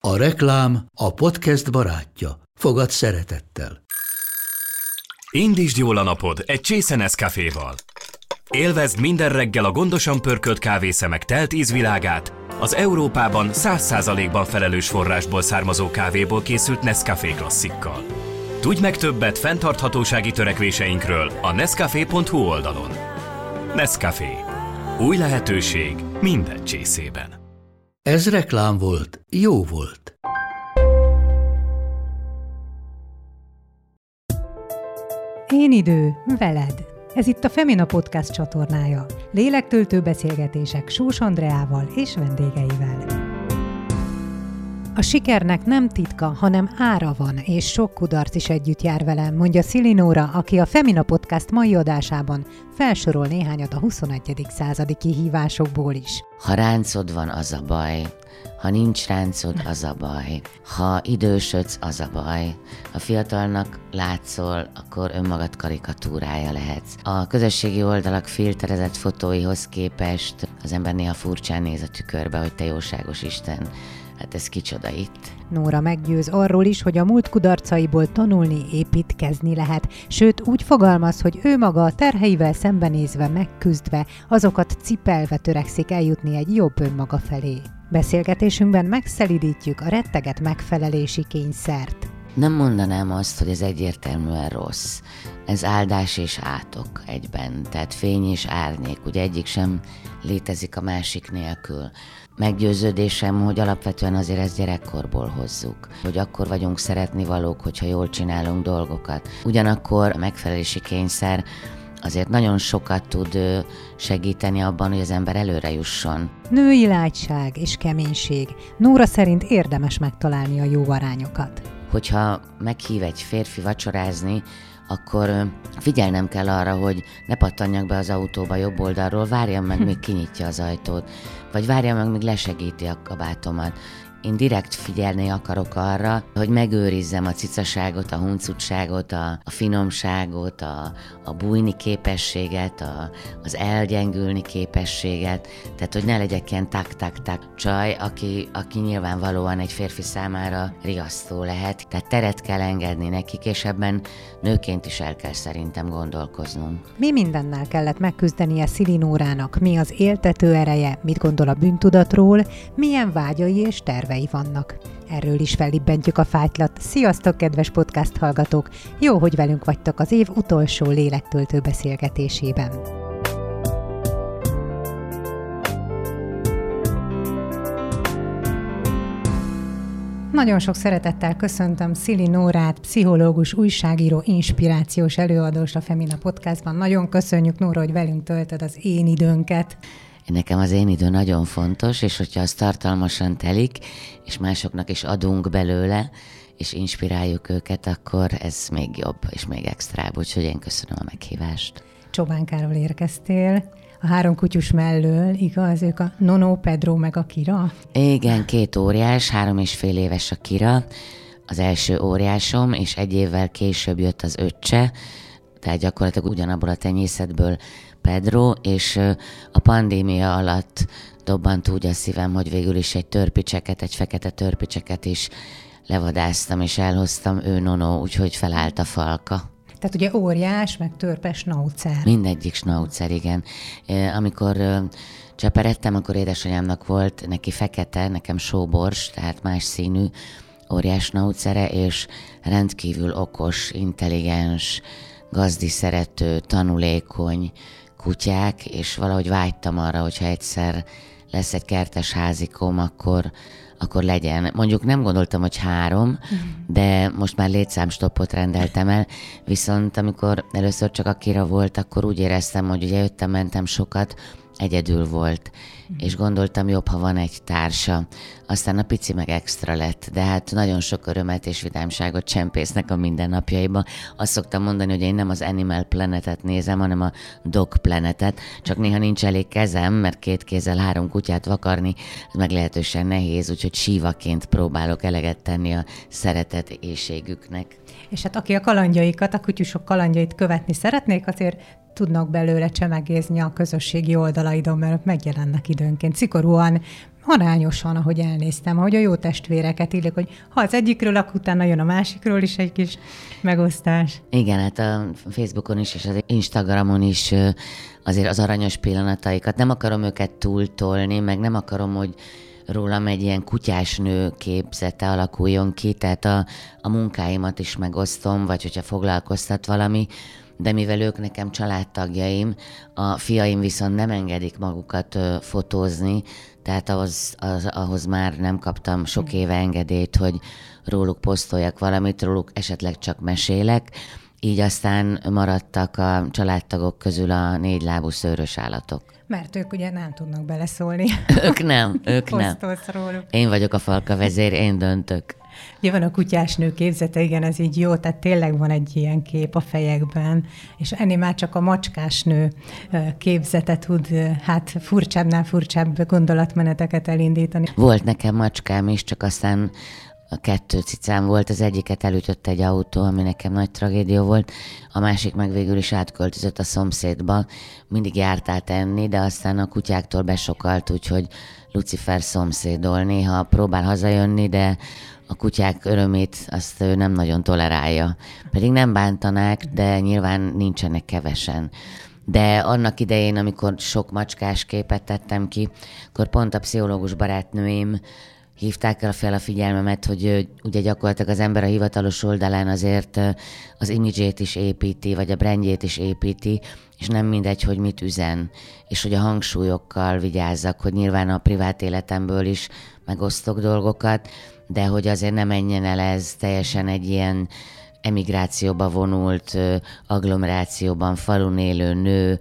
A reklám a podcast barátja. Fogad szeretettel. Indítsd jól a napod egy csésze Nescaféval. Élvezd minden reggel a gondosan pörkölt kávészemek telt ízvilágát, az Európában 100%-ban felelős forrásból származó kávéból készült Nescafé klasszikkal. Tudj meg többet fenntarthatósági törekvéseinkről a nescafé.hu oldalon. Nescafé. Új lehetőség minden csészében. Ez reklám volt, jó volt. Én idő, veled. Ez itt a Femina Podcast csatornája. Lélektöltő beszélgetések Sós Andreával és vendégeivel. A sikernek nem titka, hanem ára van, és sok kudarc is együtt jár vele, mondja Szili Nóra, aki a Femina Podcast mai adásában felsorol néhányat a 21. századi kihívásokból is. Ha ráncod van, az a baj. Ha nincs ráncod, az a baj. Ha idősödsz, az a baj. Ha fiatalnak látszol, akkor önmagad karikatúrája lehetsz. A közösségi oldalak filterezett fotóihoz képest az ember néha furcsán néz a tükörbe, hogy te jóságos Isten, hát ez kicsoda itt. Nóra meggyőz arról is, hogy a múlt kudarcaiból tanulni, építkezni lehet, sőt úgy fogalmaz, hogy ő maga a terheivel szembenézve, megküzdve, azokat cipelve törekszik eljutni egy jobb önmaga felé. Beszélgetésünkben megszelidítjük a retteget megfelelési kényszert. Nem mondanám azt, hogy ez egyértelműen rossz. Ez áldás és átok egyben, tehát fény és árnyék, ugye egyik sem létezik a másik nélkül. Meggyőződésem, hogy alapvetően azért ezt gyerekkorból hozzuk, hogy akkor vagyunk szeretnivalók, hogyha jól csinálunk dolgokat. Ugyanakkor a megfelelési kényszer azért nagyon sokat tud segíteni abban, hogy az ember előre jusson. Női lágyság és keménység. Nóra szerint érdemes megtalálni a jó arányokat. Hogyha meghív egy férfi vacsorázni, akkor figyelnem kell arra, hogy ne pattanjak be az autóba jobb oldalról, várjam meg, míg kinyitja az ajtót, vagy várjam meg, míg lesegíti a kabátomat. Én direkt figyelni akarok arra, hogy megőrizzem a cicaságot, a huncutságot, a finomságot, a bújni képességet, az elgyengülni képességet, tehát hogy ne legyek ilyen tak-tak-tak csaj, aki nyilvánvalóan egy férfi számára riasztó lehet. Tehát teret kell engedni nekik, és ebben nőként is el kell szerintem gondolkoznunk. Mi mindennel kellett megküzdenie Szili Nórának? Mi az éltető ereje? Mit gondol a bűntudatról? Milyen vágyai és tervei vannak? Erről is fellibbentjük a fájtlat. Sziasztok, kedves podcast hallgatók! Jó, hogy velünk vagytok az év utolsó lélektöltő beszélgetésében. Nagyon sok szeretettel köszöntöm Szili Nórát, pszichológus, újságíró, inspirációs előadós a Femina Podcastban. Nagyon köszönjük, Nóra, hogy velünk töltöd az én időnket. Nekem az én idő nagyon fontos, és hogyha az tartalmasan telik, és másoknak is adunk belőle, és inspiráljuk őket, akkor ez még jobb, és még extrább. Úgyhogy én köszönöm a meghívást. Csobánkáról érkeztél, a 3 kutyus mellől, igaz? Ők a Nono, Pedro meg a Kira? Igen, 2 óriás, 3,5 éves a Kira, az első óriásom, és 1 évvel később jött az öccse, tehát gyakorlatilag ugyanabból a tenyészetből Pedro, és a pandémia alatt dobbant úgy a szívem, hogy végül is egy fekete törpicseket is levadáztam, és elhoztam, ő Nono, úgyhogy felállt a falka. Tehát ugye óriás, meg törpes snauzer. Mindegyik snauzer, igen. Amikor cseperedtem, akkor édesanyámnak volt neki fekete, nekem sóbors, tehát más színű óriás snauzere, és rendkívül okos, intelligens, gazdi szerető, tanulékony kutyák, és valahogy vágytam arra, hogyha egyszer lesz egy kertes házikom, akkor legyen. Mondjuk nem gondoltam, hogy 3, de most már létszámstoppot rendeltem el, viszont amikor először csak a Kira volt, akkor úgy éreztem, hogy ugye jöttem-mentem sokat, egyedül volt, és gondoltam, jobb, ha van egy társa. Aztán a pici meg extra lett, de hát nagyon sok örömet és vidámságot csempésznek a mindennapjaiba. Azt szoktam mondani, hogy én nem az Animal Planetet nézem, hanem a Dog Planetet, csak néha nincs elég kezem, mert 2 kézzel 3 kutyát vakarni, ez meglehetősen nehéz, úgyhogy sívaként próbálok eleget tenni a szeretet éhségüknek. És hát aki a kalandjaikat, a kutyusok kalandjait követni szeretnék, azért tudnak belőle csemegézni a közösségi oldalaidon, mert megjelennek időnként. Szigorúan arányosan, ahogy elnéztem, ahogy a jó testvéreket illik, hogy ha az egyikről, akkor utána jön a másikról is egy kis megosztás. Igen, hát a Facebookon is, és az Instagramon is azért az aranyos pillanataikat. Nem akarom őket túltolni, meg nem akarom, hogy rólam egy ilyen kutyásnő képzete alakuljon ki, tehát a munkáimat is megosztom, vagy hogyha foglalkoztat valami, de mivel ők nekem családtagjaim, a fiaim viszont nem engedik magukat fotózni, tehát ahhoz már nem kaptam sok éve engedélyt, hogy róluk posztoljak valamit, róluk esetleg csak mesélek, így aztán maradtak a családtagok közül a 4 lábú szőrös állatok. Mert ők ugye nem tudnak beleszólni. Ők nem. Posztolsz róluk. Én vagyok a falka vezér, én döntök. Ugye van a kutyásnő képzete, igen, ez így jó, tehát tényleg van egy ilyen kép a fejekben, és ennél már csak a macskásnő képzete tud, hát furcsábbnál furcsább gondolatmeneteket elindítani. Volt nekem macskám is, csak aztán 2 cicám volt, az egyiket elütött egy autó, ami nekem nagy tragédia volt, a másik meg végül is átköltözött a szomszédba, mindig jártál enni, de aztán a kutyáktól besokalt, úgyhogy Lucifer szomszédol, néha próbál hazajönni, de a kutyák örömét azt ő nem nagyon tolerálja. Pedig nem bántanák, de nyilván nincsenek kevesen. De annak idején, amikor sok macskás képet tettem ki, akkor pont a pszichológus barátnőim hívták fel a figyelmemet, hogy ugye gyakorlatilag az ember a hivatalos oldalán azért az imidzsét is építi, vagy a brandjét is építi, és nem mindegy, hogy mit üzen, és hogy a hangsúlyokkal vigyázzak, hogy nyilván a privát életemből is megosztok dolgokat, de hogy azért ne menjen el ez teljesen egy ilyen emigrációba vonult, agglomerációban falun élő nő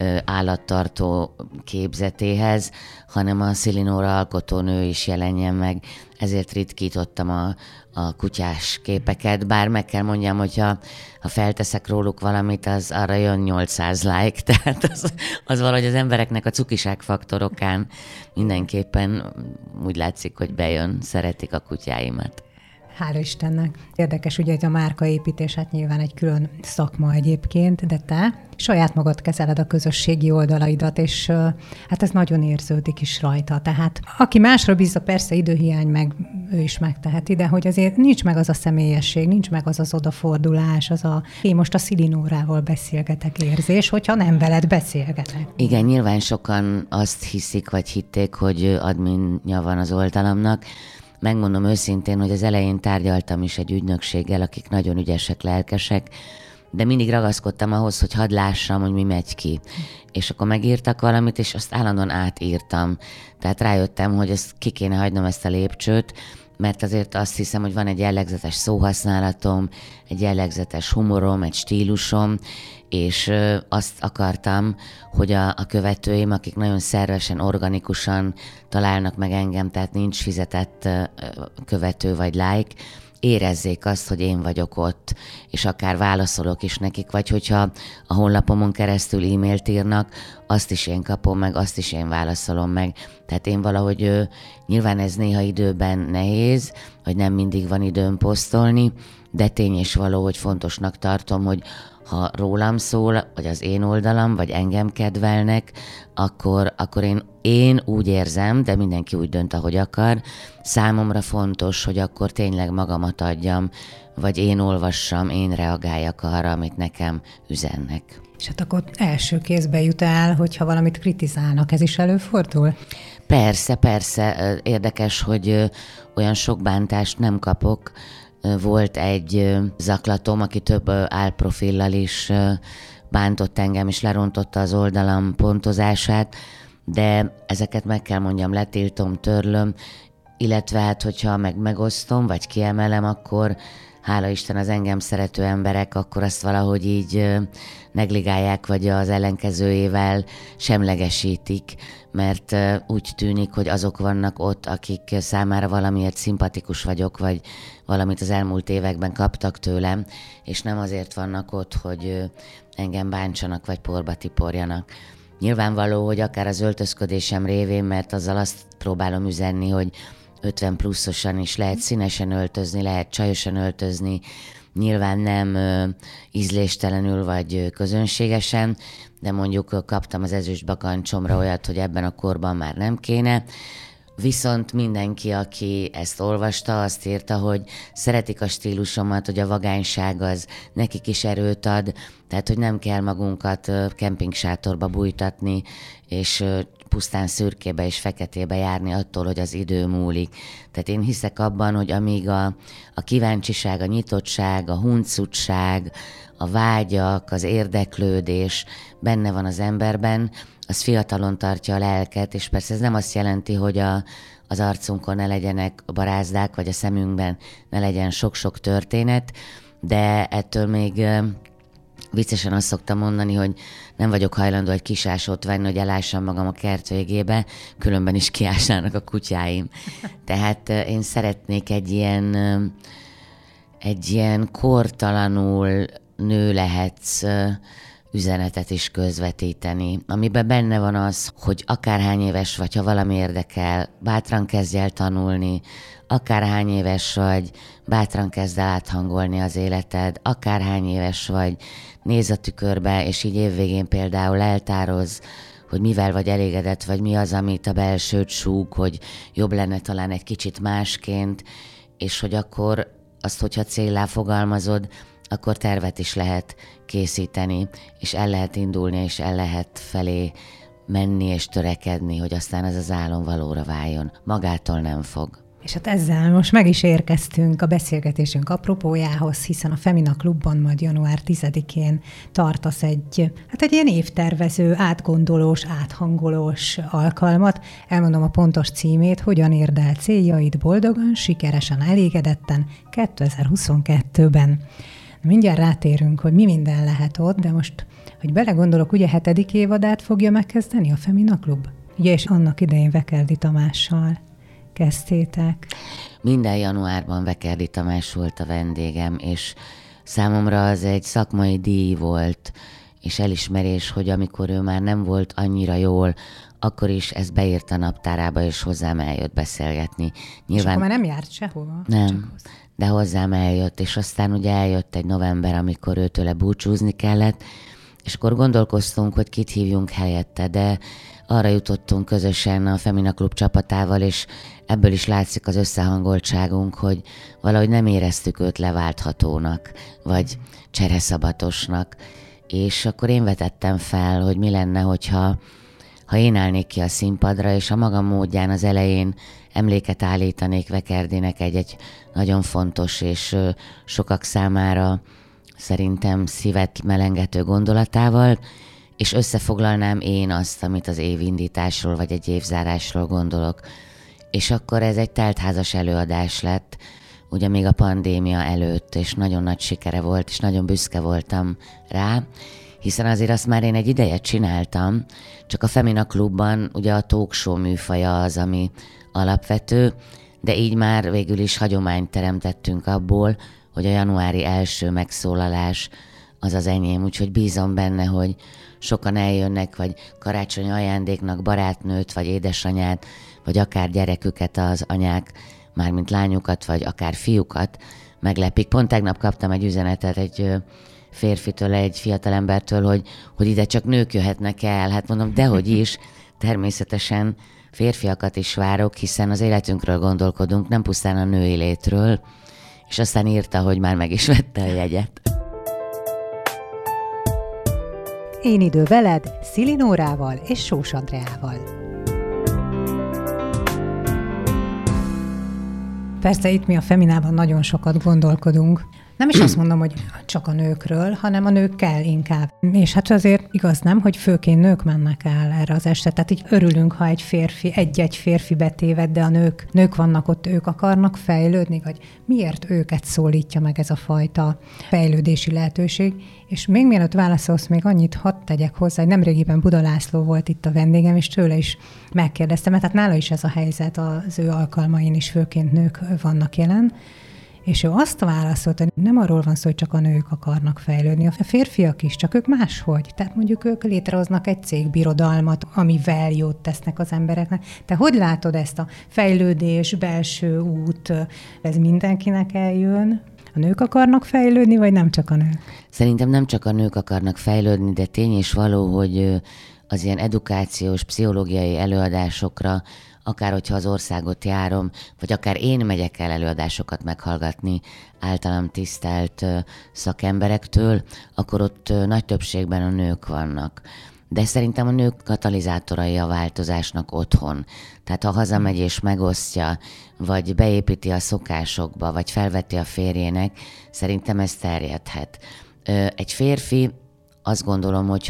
állattartó képzetéhez, hanem a Szilinóra alkotónő is jelenjen meg. Ezért ritkítottam a kutyás képeket, bár meg kell mondjam, hogyha felteszek róluk valamit, az arra jön 800 like, tehát az valahogy az embereknek a cukiság faktorokán mindenképpen úgy látszik, hogy bejön, szeretik a kutyáimat. Hála Istennek. Érdekes, ugye a márkaépítés, hát nyilván egy külön szakma egyébként, de te saját magad kezeled a közösségi oldalaidat, és hát ez nagyon érződik is rajta. Tehát aki másra bízza, persze időhiány, meg ő is megteheti, de hogy azért nincs meg az a személyesség, nincs meg az odafordulás, én most a Szilinórával beszélgetek érzés, hogyha nem veled beszélgetek. Igen, nyilván sokan azt hiszik, vagy hitték, hogy adminja van az oldalamnak. Megmondom őszintén, hogy az elején tárgyaltam is egy ügynökséggel, akik nagyon ügyesek, lelkesek, de mindig ragaszkodtam ahhoz, hogy hadd lássam, hogy mi megy ki. És akkor megírtak valamit, és azt állandóan átírtam. Tehát rájöttem, hogy ezt ki kéne hagynom, ezt a lépcsőt, mert azért azt hiszem, hogy van egy jellegzetes szóhasználatom, egy jellegzetes humorom, egy stílusom, és azt akartam, hogy a követőim, akik nagyon szervesen, organikusan találnak meg engem, tehát nincs fizetett követő vagy like, érezzék azt, hogy én vagyok ott, és akár válaszolok is nekik, vagy hogyha a honlapomon keresztül e-mailt írnak, azt is én kapom meg, azt is én válaszolom meg. Tehát én valahogy nyilván ez néha időben nehéz, vagy nem mindig van időm posztolni, de tény és való, hogy fontosnak tartom, hogy ha rólam szól, vagy az én oldalam, vagy engem kedvelnek, akkor én úgy érzem, de mindenki úgy dönt, ahogy akar. Számomra fontos, hogy akkor tényleg magamat adjam, vagy én olvassam, én reagáljak arra, amit nekem üzennek. És hát akkor első kézbe jut el, hogyha valamit kritizálnak, ez is előfordul? Persze. Érdekes, hogy olyan sok bántást nem kapok. Volt egy zaklatom, aki több álprofillal is bántott engem, és lerontotta az oldalam pontozását, de ezeket meg kell mondjam, letiltom, törlöm, illetve hát, hogyha megosztom, vagy kiemelem, akkor hála Isten az engem szerető emberek, akkor azt valahogy így negligálják, vagy az ellenkezőjével semlegesítik, mert úgy tűnik, hogy azok vannak ott, akik számára valamiért szimpatikus vagyok, vagy valamit az elmúlt években kaptak tőlem, és nem azért vannak ott, hogy engem bántsanak, vagy porba tiporjanak. Nyilvánvaló, hogy akár az öltözködésem révén, mert azzal azt próbálom üzenni, hogy 50 pluszosan is lehet színesen öltözni, lehet csajosan öltözni, nyilván nem ízléstelenül vagy közönségesen, de mondjuk kaptam az ezüst bakancsomra olyat, hogy ebben a korban már nem kéne. Viszont mindenki, aki ezt olvasta, azt írta, hogy szeretik a stílusomat, hogy a vagányság az nekik is erőt ad, tehát hogy nem kell magunkat kempingsátorba bújtatni, és pusztán szürkébe és feketébe járni attól, hogy az idő múlik. Tehát én hiszek abban, hogy amíg a kíváncsiság, a nyitottság, a huncutság, a vágyak, az érdeklődés benne van az emberben, az fiatalon tartja a lelket, és persze ez nem azt jelenti, hogy az arcunkon ne legyenek barázdák, vagy a szemünkben ne legyen sok-sok történet, de ettől még viccesen azt szoktam mondani, hogy nem vagyok hajlandó egy kisásot venni, hogy elássam magam a kert végébe, különben is kiásnának a kutyáim. Tehát én szeretnék egy ilyen kortalanul nő lehetsz üzenetet is közvetíteni, amiben benne van az, hogy akárhány éves vagy, ha valami érdekel, bátran kezdj el tanulni, akárhány éves vagy, bátran kezd el áthangolni az életed, akárhány éves vagy, nézz a tükörbe, és így évvégén például eltározz, hogy mivel vagy elégedett, vagy mi az, amit a belsőd súg, hogy jobb lenne talán egy kicsit másként, és hogy akkor azt, hogyha céllá fogalmazod, akkor tervet is lehet készíteni, és el lehet indulni, és el lehet felé menni és törekedni, hogy aztán ez az álom valóra váljon. Magától nem fog. És hát ezzel most meg is érkeztünk a beszélgetésünk apropójához, hiszen a Femina Klubban majd január 10-én tartasz egy ilyen évtervező, átgondolós, áthangolós alkalmat. Elmondom a pontos címét, hogyan érd el céljaid boldogan, sikeresen, elégedetten 2022-ben. Mindjárt rátérünk, hogy mi minden lehet ott, de most, hogy belegondolok, ugye 7. évadát fogja megkezdeni a Femina Klub? Ugye, és annak idején Vekerdi Tamással kezdtétek. Minden januárban Vekerdi Tamás volt a vendégem, és számomra az egy szakmai díj volt, és elismerés, hogy amikor ő már nem volt annyira jól, akkor is ezt beírta a naptárába, és hozzám eljött beszélgetni. Nyilván... És akkor már nem járt sehova? Nem, de hozzám eljött, és aztán ugye eljött egy november, amikor őtőle búcsúzni kellett, és akkor gondolkoztunk, hogy kit hívjunk helyette, de arra jutottunk közösen a Femina Klub csapatával, és ebből is látszik az összehangoltságunk, hogy valahogy nem éreztük őt leválthatónak, vagy csereszabatosnak. És akkor én vetettem fel, hogy mi lenne, hogyha én állnék ki a színpadra, és a magam módján az elején emléket állítanék Vekerdinek egy nagyon fontos és sokak számára szerintem szívet melengető gondolatával, és összefoglalnám én azt, amit az évindításról vagy egy évzárásról gondolok. És akkor ez egy teltházas előadás lett, ugye még a pandémia előtt, és nagyon nagy sikere volt, és nagyon büszke voltam rá, hiszen azért azt már én egy ideje csináltam, csak a Femina Klubban ugye a talk show műfaja az, ami alapvető, de így már végül is hagyományt teremtettünk abból, hogy a januári első megszólalás az az enyém, úgyhogy bízom benne, hogy sokan eljönnek, vagy karácsonyi ajándéknak barátnőt, vagy édesanyát, vagy akár gyereküket az anyák, mármint lányukat, vagy akár fiúkat meglepik. Pont tegnap kaptam egy üzenetet egy férfitől, egy fiatalembertől, hogy ide csak nők jöhetnek el. Hát mondom, dehogy is, természetesen férfiakat is várok, hiszen az életünkről gondolkodunk, nem pusztán a női létről, és aztán írta, hogy már meg is vette a jegyet. Én idő veled, Szili Nórával és Sós Andreával. Persze itt mi a Feminában nagyon sokat gondolkodunk. Nem is azt mondom, hogy csak a nőkről, hanem a nőkkel inkább. És hát azért igaz nem, hogy főként nők mennek el erre az este. Tehát így örülünk, ha egy férfi betéved, de a nők vannak ott, ők akarnak fejlődni, vagy miért őket szólítja meg ez a fajta fejlődési lehetőség. És még mielőtt válaszolsz, még annyit hadd tegyek hozzá, hogy nemrégiben Buda László volt itt a vendégem, és tőle is megkérdeztem, mert hát nála is ez a helyzet, az ő alkalmain is főként nők vannak jelen. És ő azt válaszolt, hogy nem arról van szó, hogy csak a nők akarnak fejlődni, a férfiak is, csak ők máshogy. Tehát mondjuk ők létrehoznak egy cégbirodalmat, amivel jót tesznek az embereknek. Te hogy látod ezt a fejlődés, belső út, ez mindenkinek eljön? A nők akarnak fejlődni, vagy nem csak a nők? Szerintem nem csak a nők akarnak fejlődni, de tény és való, hogy az ilyen edukációs, pszichológiai előadásokra akár hogyha az országot járom, vagy akár én megyek el előadásokat meghallgatni általam tisztelt szakemberektől, akkor ott nagy többségben a nők vannak. De szerintem a nők katalizátorai a változásnak otthon. Tehát ha hazamegy és megosztja, vagy beépíti a szokásokba, vagy felveti a férjének, szerintem ez terjedhet. Egy férfi, azt gondolom, hogy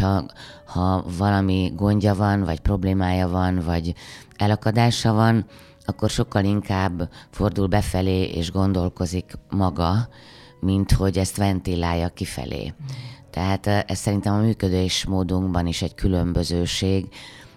ha valami gondja van, vagy problémája van, vagy elakadása van, akkor sokkal inkább fordul befelé és gondolkozik maga, mint hogy ezt ventilálja kifelé. Tehát ez szerintem a működésmódunkban is egy különbözőség,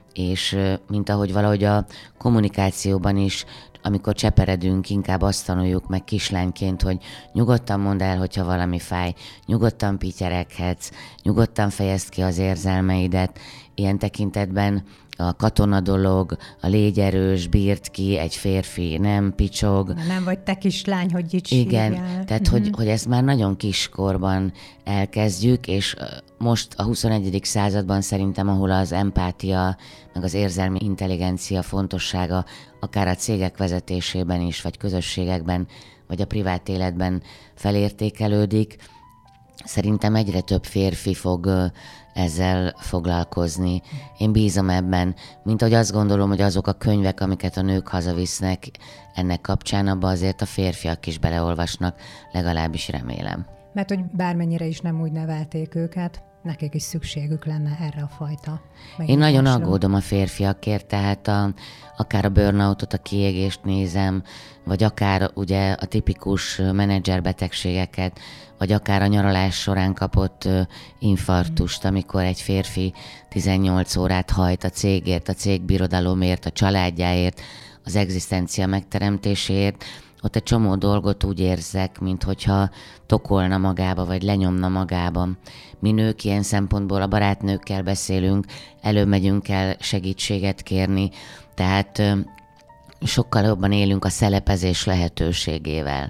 és mint ahogy valahogy a kommunikációban is, amikor cseperedünk, inkább azt tanuljuk meg kislányként, hogy nyugodtan mondd el, hogyha valami fáj, nyugodtan pityereghetsz, nyugodtan fejezd ki az érzelmeidet. Ilyen tekintetben a katona dolog, a légy erős, bírd ki, egy férfi nem picsog. Nem vagy te kislány, hogy így igen, sírjál. tehát hogy ezt már nagyon kiskorban elkezdjük, és most a 21. században szerintem, ahol az empátia, meg az érzelmi intelligencia fontossága akár a cégek vezetésében is, vagy közösségekben, vagy a privát életben felértékelődik, szerintem egyre több férfi fog ezzel foglalkozni. Én bízom ebben, mint ahogy azt gondolom, hogy azok a könyvek, amiket a nők hazavisznek ennek kapcsán, abba azért a férfiak is beleolvasnak, legalábbis remélem. Mert hogy bármennyire is nem úgy nevelték őket, nekik is szükségük lenne erre a fajta megnyitásra. Én nagyon aggódom a férfiakért, tehát akár a burnoutot, a kiégést nézem, vagy akár ugye a tipikus menedzserbetegségeket, vagy akár a nyaralás során kapott infarktust, amikor egy férfi 18 órát hajt a cégért, a cégbirodalomért, a családjáért, az egzisztencia megteremtéséért. Ott egy csomó dolgot úgy érzek, minthogyha tokolna magába, vagy lenyomna magába. Mi nők ilyen szempontból a barátnőkkel beszélünk, előmegyünk el segítséget kérni, tehát sokkal jobban élünk a szelepezés lehetőségével.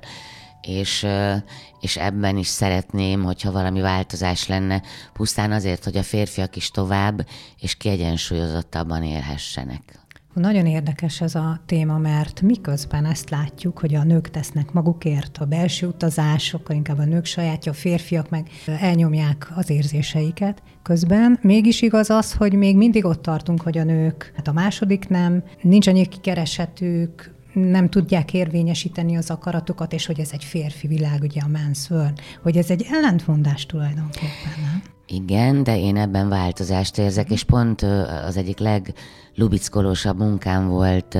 És ebben is szeretném, hogyha valami változás lenne, pusztán azért, hogy a férfiak is tovább és kiegyensúlyozottabban élhessenek. Nagyon érdekes ez a téma, mert miközben ezt látjuk, hogy a nők tesznek magukért, a belső utazás, sokkal inkább a nők sajátja, a férfiak meg elnyomják az érzéseiket. Közben mégis igaz az, hogy még mindig ott tartunk, hogy a nők, hát a második nem, nincs annyi kikereshetők, nem tudják érvényesíteni az akaratukat, és hogy ez egy férfi világ, ugye a men's world, hogy ez egy ellentmondás tulajdonképpen, nem? Igen, de én ebben változást érzek, és pont az egyik leglubickolósabb munkám volt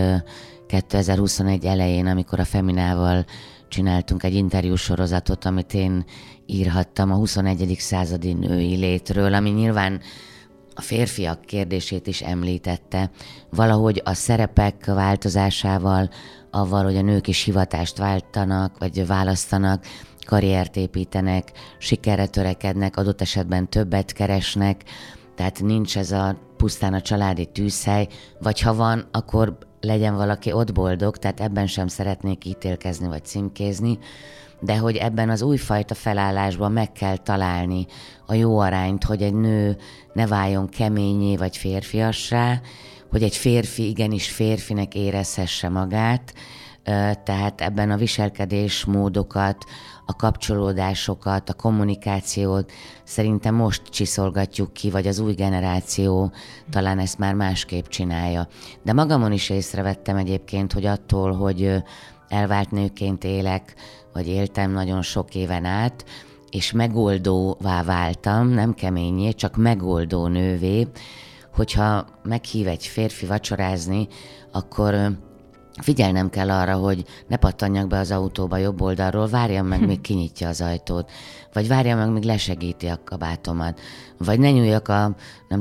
2021 elején, amikor a Feminával csináltunk egy interjúsorozatot, amit én írhattam a 21. századi női létről, ami nyilván a férfiak kérdését is említette. Valahogy a szerepek változásával, avval, hogy a nők is hivatást váltanak, vagy választanak, karriert építenek, sikerre törekednek, adott esetben többet keresnek, tehát nincs ez a pusztán a családi tűzhely, vagy ha van, akkor legyen valaki ott boldog, tehát ebben sem szeretnék ítélkezni vagy címkézni, de hogy ebben az újfajta felállásban meg kell találni a jó arányt, hogy egy nő ne váljon keményé vagy férfiassá, hogy egy férfi igenis férfinek érezhesse magát, tehát ebben a viselkedésmódokat, a kapcsolódásokat, a kommunikációt szerintem most csiszolgatjuk ki, vagy az új generáció talán ezt már másképp csinálja. De magamon is észrevettem egyébként, hogy attól, hogy elvált nőként élek, vagy éltem nagyon sok éven át, és megoldóvá váltam, nem keményé, csak megoldó nővé, hogyha meghív egy férfi vacsorázni, akkor figyelnem kell arra, hogy ne pattanjak be az autóba jobb oldalról, várjam meg, míg kinyitja az ajtót, vagy várjam meg, míg lesegíti a kabátomat, vagy ne nyúljak a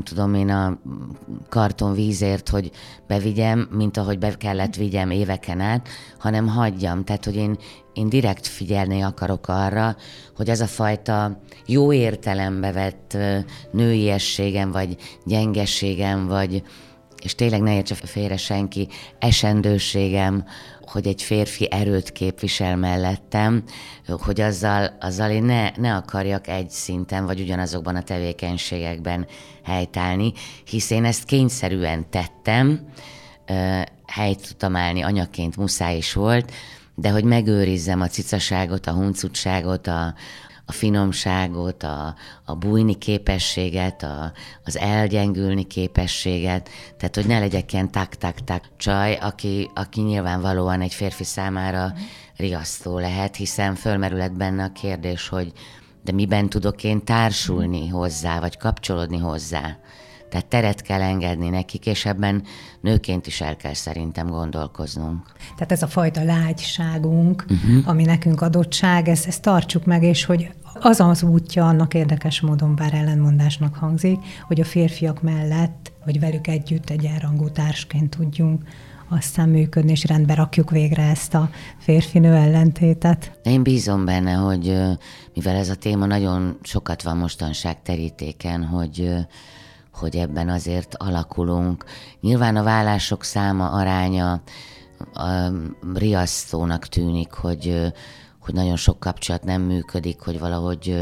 karton vízért, hogy bevigyem, mint ahogy be kellett vigyem éveken át, hanem hagyjam. Tehát, hogy én direkt figyelni akarok arra, hogy az a fajta jó értelembe vett nőiességem, vagy gyengességem, vagy és tényleg ne értse félre senki, esendőségem, hogy egy férfi erőt képvisel mellettem, hogy azzal én ne akarjak egy szinten, vagy ugyanazokban a tevékenységekben helytállni, hisz én ezt kényszerűen tettem, helyt tudtam állni, anyaként muszáj is volt, de hogy megőrizzem a cicaságot, a huncutságot, a finomságot, a bújni képességet, az elgyengülni képességet, tehát hogy ne legyek ilyen tak-tak-tak csaj, aki nyilvánvalóan egy férfi számára riasztó lehet, hiszen fölmerülhet benne a kérdés, hogy de miben tudok én társulni hozzá, vagy kapcsolódni hozzá. Tehát teret kell engedni nekik, és ebben nőként is el kell szerintem gondolkoznunk. Tehát ez a fajta lágyságunk, ami nekünk adottság, ezt tartsuk meg, és hogy az útja annak érdekes módon, bár ellenmondásnak hangzik, hogy a férfiak mellett, vagy velük együtt egy elrangú társként tudjunk aztán működni, és rendbe rakjuk végre ezt a férfi-nő ellentétet. Én bízom benne, hogy mivel ez a téma nagyon sokat van mostanság terítéken, hogy ebben azért alakulunk. Nyilván a vállások száma, aránya riasztónak tűnik, hogy nagyon sok kapcsolat nem működik, hogy valahogy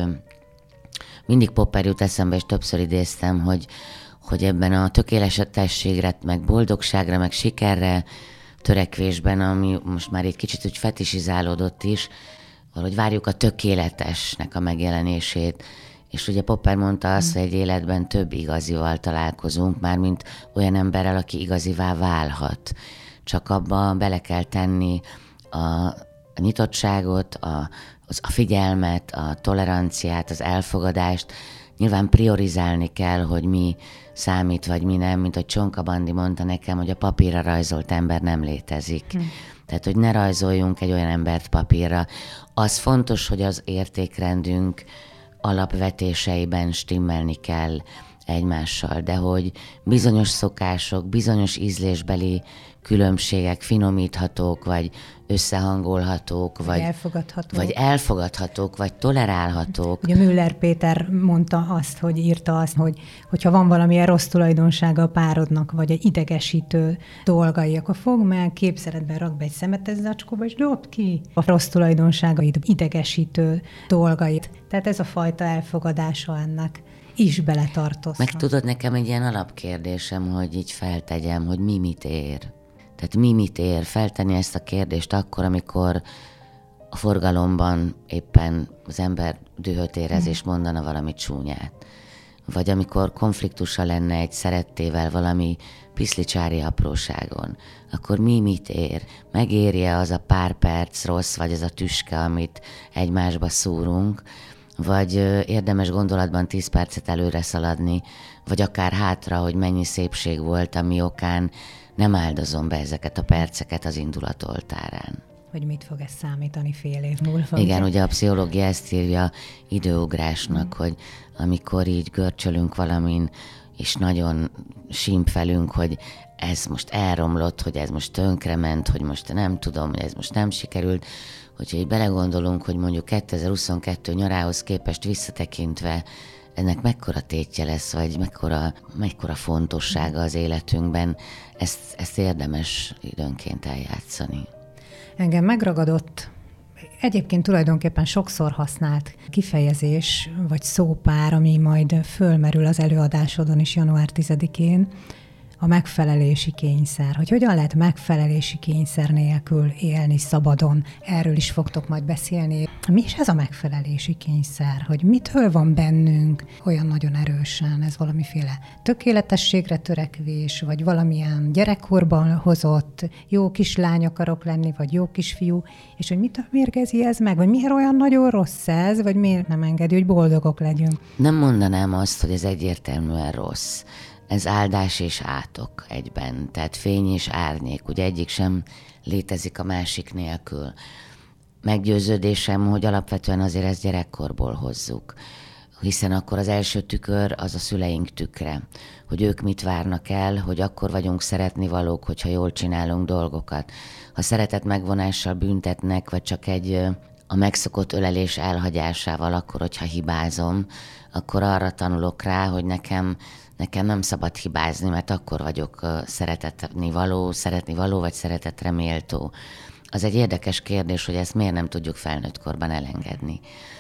mindig Popper jut eszembe, és többször idéztem, hogy ebben a tökéletességre, meg boldogságra, meg sikerre törekvésben, ami most már egy kicsit úgy fetisizálódott is, valahogy várjuk a tökéletesnek a megjelenését. És ugye Popper mondta azt, hogy egy életben több igazival találkozunk, mármint olyan emberrel, aki igazivá válhat. Csak abba bele kell tenni a nyitottságot, a figyelmet, a toleranciát, az elfogadást. Nyilván priorizálni kell, hogy mi számít, vagy mi nem, mint hogy Csonka Bandi mondta nekem, hogy a papírra rajzolt ember nem létezik. Tehát, hogy ne rajzoljunk egy olyan embert papírra. Az fontos, hogy az értékrendünk alapvetéseiben stimmelni kell egymással, de hogy bizonyos szokások, bizonyos ízlésbeli különbségek finomíthatók, vagy összehangolhatók, vagy elfogadhatók, vagy tolerálhatók. Ugye Müller Péter írta azt, hogy hogyha van valamilyen rossz tulajdonsága a párodnak, vagy egy idegesítő dolgai, akkor fogd meg, képzeletben rak be egy szemetes zacskóba, és dobd ki a rossz tulajdonságait, idegesítő dolgait. Tehát ez a fajta elfogadása ennek is beletartozhat. Meg tudod, nekem egy ilyen alapkérdésem, hogy így feltegyem, hogy mi mit ér. Tehát mi mit ér feltenni ezt a kérdést akkor, amikor a forgalomban éppen az ember dühöt érez és mondana valami csúnyát. Vagy amikor konfliktusa lenne egy szerettével valami piszlicsári apróságon, akkor mi mit ér? Megéri-e az a pár perc rossz, vagy az a tüske, amit egymásba szúrunk, vagy érdemes gondolatban 10 percet előre szaladni, vagy akár hátra, hogy mennyi szépség volt, ami okán nem áldozom be ezeket a perceket az indulat oltárán. Hogy mit fog ez számítani fél év múlva? Igen, ugye a pszichológia ezt írja időugrásnak, hogy amikor így görcsölünk valamin, és nagyon simpfelünk, hogy ez most elromlott, hogy ez most tönkrement, hogy most nem tudom, hogy ez most nem sikerült, hogyha így belegondolunk, hogy mondjuk 2022 nyarához képest visszatekintve ennek mekkora tétje lesz, vagy mekkora fontossága az életünkben, ezt érdemes időnként eljátszani. Engem megragadott, egyébként tulajdonképpen sokszor használt kifejezés, vagy szópár, ami majd fölmerül az előadásodon is január 10-én, a megfelelési kényszer. Hogy hogyan lehet megfelelési kényszer nélkül élni szabadon. Erről is fogtok majd beszélni. Mi is ez a megfelelési kényszer? Hogy mitől van bennünk olyan nagyon erősen? Ez valamiféle tökéletességre törekvés, vagy valamilyen gyerekkorban hozott jó kislány akarok lenni, vagy jó kisfiú, és hogy mitől mérgezi ez meg? Vagy miért olyan nagyon rossz ez? Vagy miért nem engedi, hogy boldogok legyünk? Nem mondanám azt, hogy ez egyértelműen rossz. Ez áldás és átok egyben, tehát fény és árnyék, ugye egyik sem létezik a másik nélkül. Meggyőződésem, hogy alapvetően azért ezt gyerekkorból hozzuk, hiszen akkor az első tükör az a szüleink tükre, hogy ők mit várnak el, hogy akkor vagyunk szeretnivalók, hogyha jól csinálunk dolgokat. Ha szeretet megvonással büntetnek, vagy csak a megszokott ölelés elhagyásával, akkor, hogyha hibázom, akkor arra tanulok rá, hogy nekem nem szabad hibázni, mert akkor vagyok szeretni való, vagy szeretetre méltó. Az egy érdekes kérdés, hogy ezt miért nem tudjuk felnőtt korban elengedni.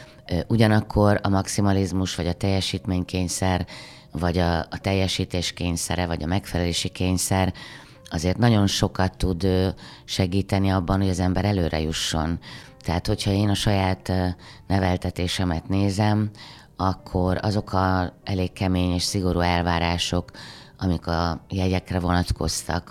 Ugyanakkor a maximalizmus, vagy a teljesítménykényszer, vagy a teljesítés kényszere, vagy a megfelelési kényszer, azért nagyon sokat tud segíteni abban, hogy az ember előre jusson. Tehát, hogyha én a saját neveltetésemet nézem, akkor azok a elég kemény és szigorú elvárások, amik a jegyekre vonatkoztak,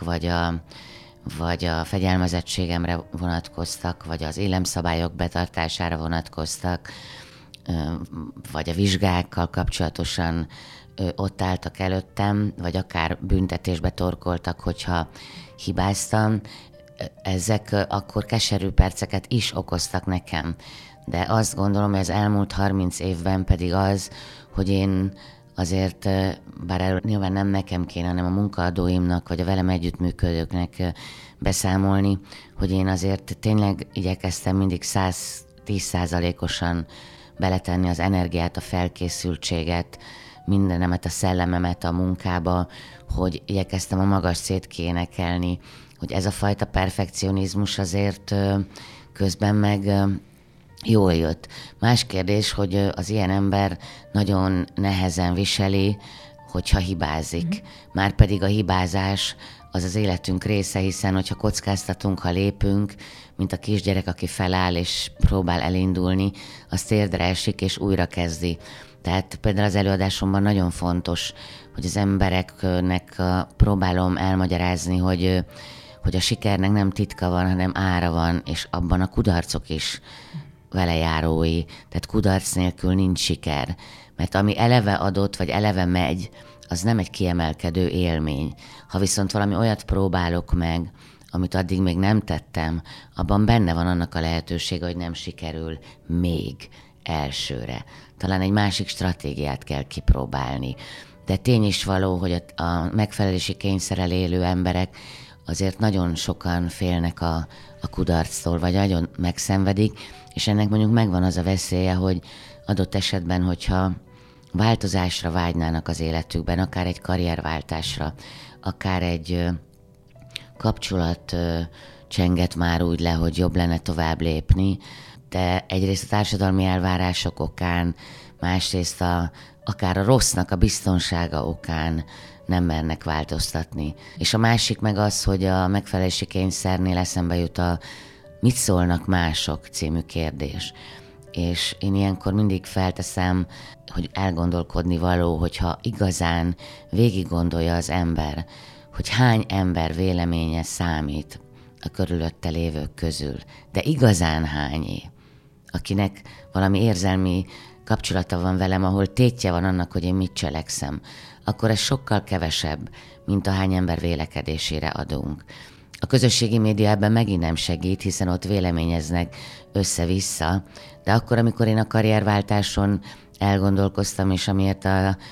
vagy a fegyelmezettségemre vonatkoztak, vagy az élemszabályok betartására vonatkoztak, vagy a vizsgákkal kapcsolatosan ott álltak előttem, vagy akár büntetésbe torkoltak, hogyha hibáztam, ezek akkor keserű perceket is okoztak nekem. De azt gondolom, hogy az elmúlt 30 évben pedig az, hogy én azért, bár erről nyilván nem nekem kéne, hanem a munkaadóimnak, vagy a velem együttműködőknek beszámolni, hogy én azért tényleg igyekeztem mindig 110%-osan beletenni az energiát, a felkészültséget, mindenemet, a szellememet a munkába, hogy igyekeztem a magas célt kiénekelni, hogy ez a fajta perfekcionizmus azért közben meg jól jött. Más kérdés, hogy az ilyen ember nagyon nehezen viseli, hogyha hibázik. Márpedig a hibázás az az életünk része, hiszen hogyha kockáztatunk, ha lépünk, mint a kisgyerek, aki feláll és próbál elindulni, az térdre esik és újra kezdi. Tehát például az előadásomban nagyon fontos, hogy az embereknek próbálom elmagyarázni, hogy a sikernek nem titka van, hanem ára van, és abban a kudarcok is velejárói. Tehát kudarc nélkül nincs siker. Mert ami eleve adott, vagy eleve megy, az nem egy kiemelkedő élmény. Ha viszont valami olyat próbálok meg, amit addig még nem tettem, abban benne van annak a lehetősége, hogy nem sikerül még elsőre. Talán egy másik stratégiát kell kipróbálni. De tény is való, hogy a megfelelési kényszerrel élő emberek azért nagyon sokan félnek a kudarctól, vagy nagyon megszenvedik, és ennek mondjuk megvan az a veszélye, hogy adott esetben, hogyha változásra vágynának az életükben, akár egy karrierváltásra, akár egy kapcsolat csenget már úgy le, hogy jobb lenne tovább lépni, de egyrészt a társadalmi elvárások okán, másrészt akár a rossznak a biztonsága okán nem mernek változtatni. És a másik meg az, hogy a megfelelési kényszernél eszembe jut a mit szólnak mások című kérdés. És én ilyenkor mindig felteszem, hogy elgondolkodni való, hogyha igazán végig gondolja az ember, hogy hány ember véleménye számít a körülötte lévők közül, de igazán hányé, akinek valami érzelmi kapcsolata van velem, ahol tétje van annak, hogy én mit cselekszem, akkor ez sokkal kevesebb, mint ahány ember vélekedésére adunk. A közösségi média ebben megint nem segít, hiszen ott véleményeznek össze-vissza, de akkor, amikor én a karrierváltáson elgondolkoztam, és amiért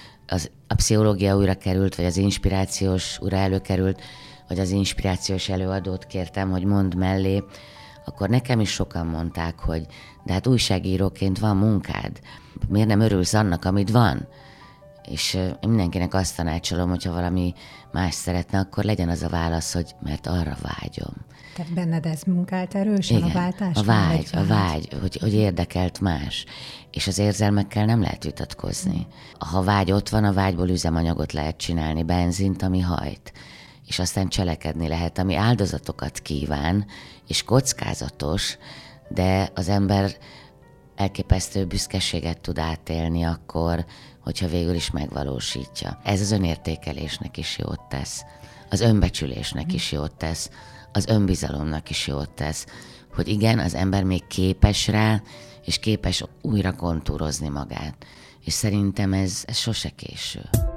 a pszichológia újra került, vagy az inspirációs újra előkerült, vagy az inspirációs előadót kértem, hogy mondd mellé, akkor nekem is sokan mondták, hogy de hát újságíróként van munkád, miért nem örülsz annak, amit van? És mindenkinek azt tanácsolom, hogyha valami más szeretne, akkor legyen az a válasz, hogy mert arra vágyom. Tehát benned ez munkált erősen. Igen, a váltás? A vágy, hogy érdekelt más. És az érzelmekkel nem lehet vitatkozni. Ha vágy ott van, a vágyból üzemanyagot lehet csinálni, benzint, ami hajt. És aztán cselekedni lehet, ami áldozatokat kíván, és kockázatos, de az ember elképesztő büszkeséget tud átélni akkor, hogyha végül is megvalósítja. Ez az önértékelésnek is jót tesz, az önbecsülésnek is jót tesz, az önbizalomnak is jót tesz, hogy igen, az ember még képes rá, és képes újra kontúrozni magát. És szerintem ez sose késő.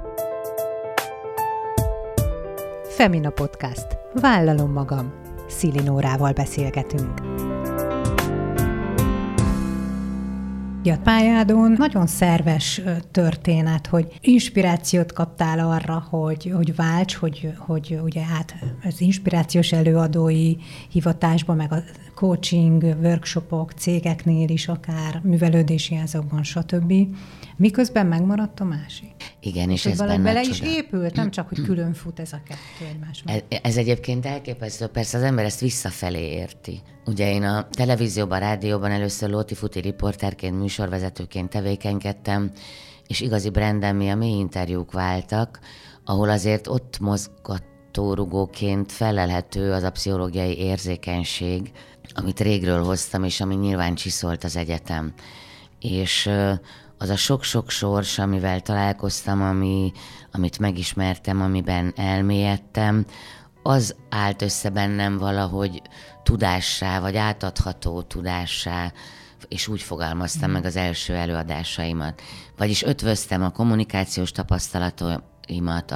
Femina Podcast. Vállalom magam. Szili Nórával beszélgetünk. A pályádon nagyon szerves történet, hogy inspirációt kaptál arra, hogy válts, hogy ugye az inspirációs előadói hivatásba, meg a coaching, workshopok, cégeknél is akár, művelődési házakban, stb. Miközben megmaradt a másik. Igen, és ez benne bele is épült, nem csak, hogy külön fut ez a kettő egymásban. Ez egyébként elképesztő, persze az ember ezt visszafelé érti. Ugye én a televízióban, rádióban először Lóti Futi riporterként, műsorvezetőként tevékenykedtem, és igazi brandem mi a mély interjúk váltak, ahol azért ott mozgattunk mutatórugóként felelhető az a pszichológiai érzékenység, amit régről hoztam, és ami nyilván csiszolt az egyetem. És az a sok-sok sors, amivel találkoztam, amit megismertem, amiben elmélyedtem, az állt össze bennem valahogy tudássá, vagy átadható tudássá, és úgy fogalmaztam meg az első előadásaimat. Vagyis ötvöztem a kommunikációs tapasztalatomat,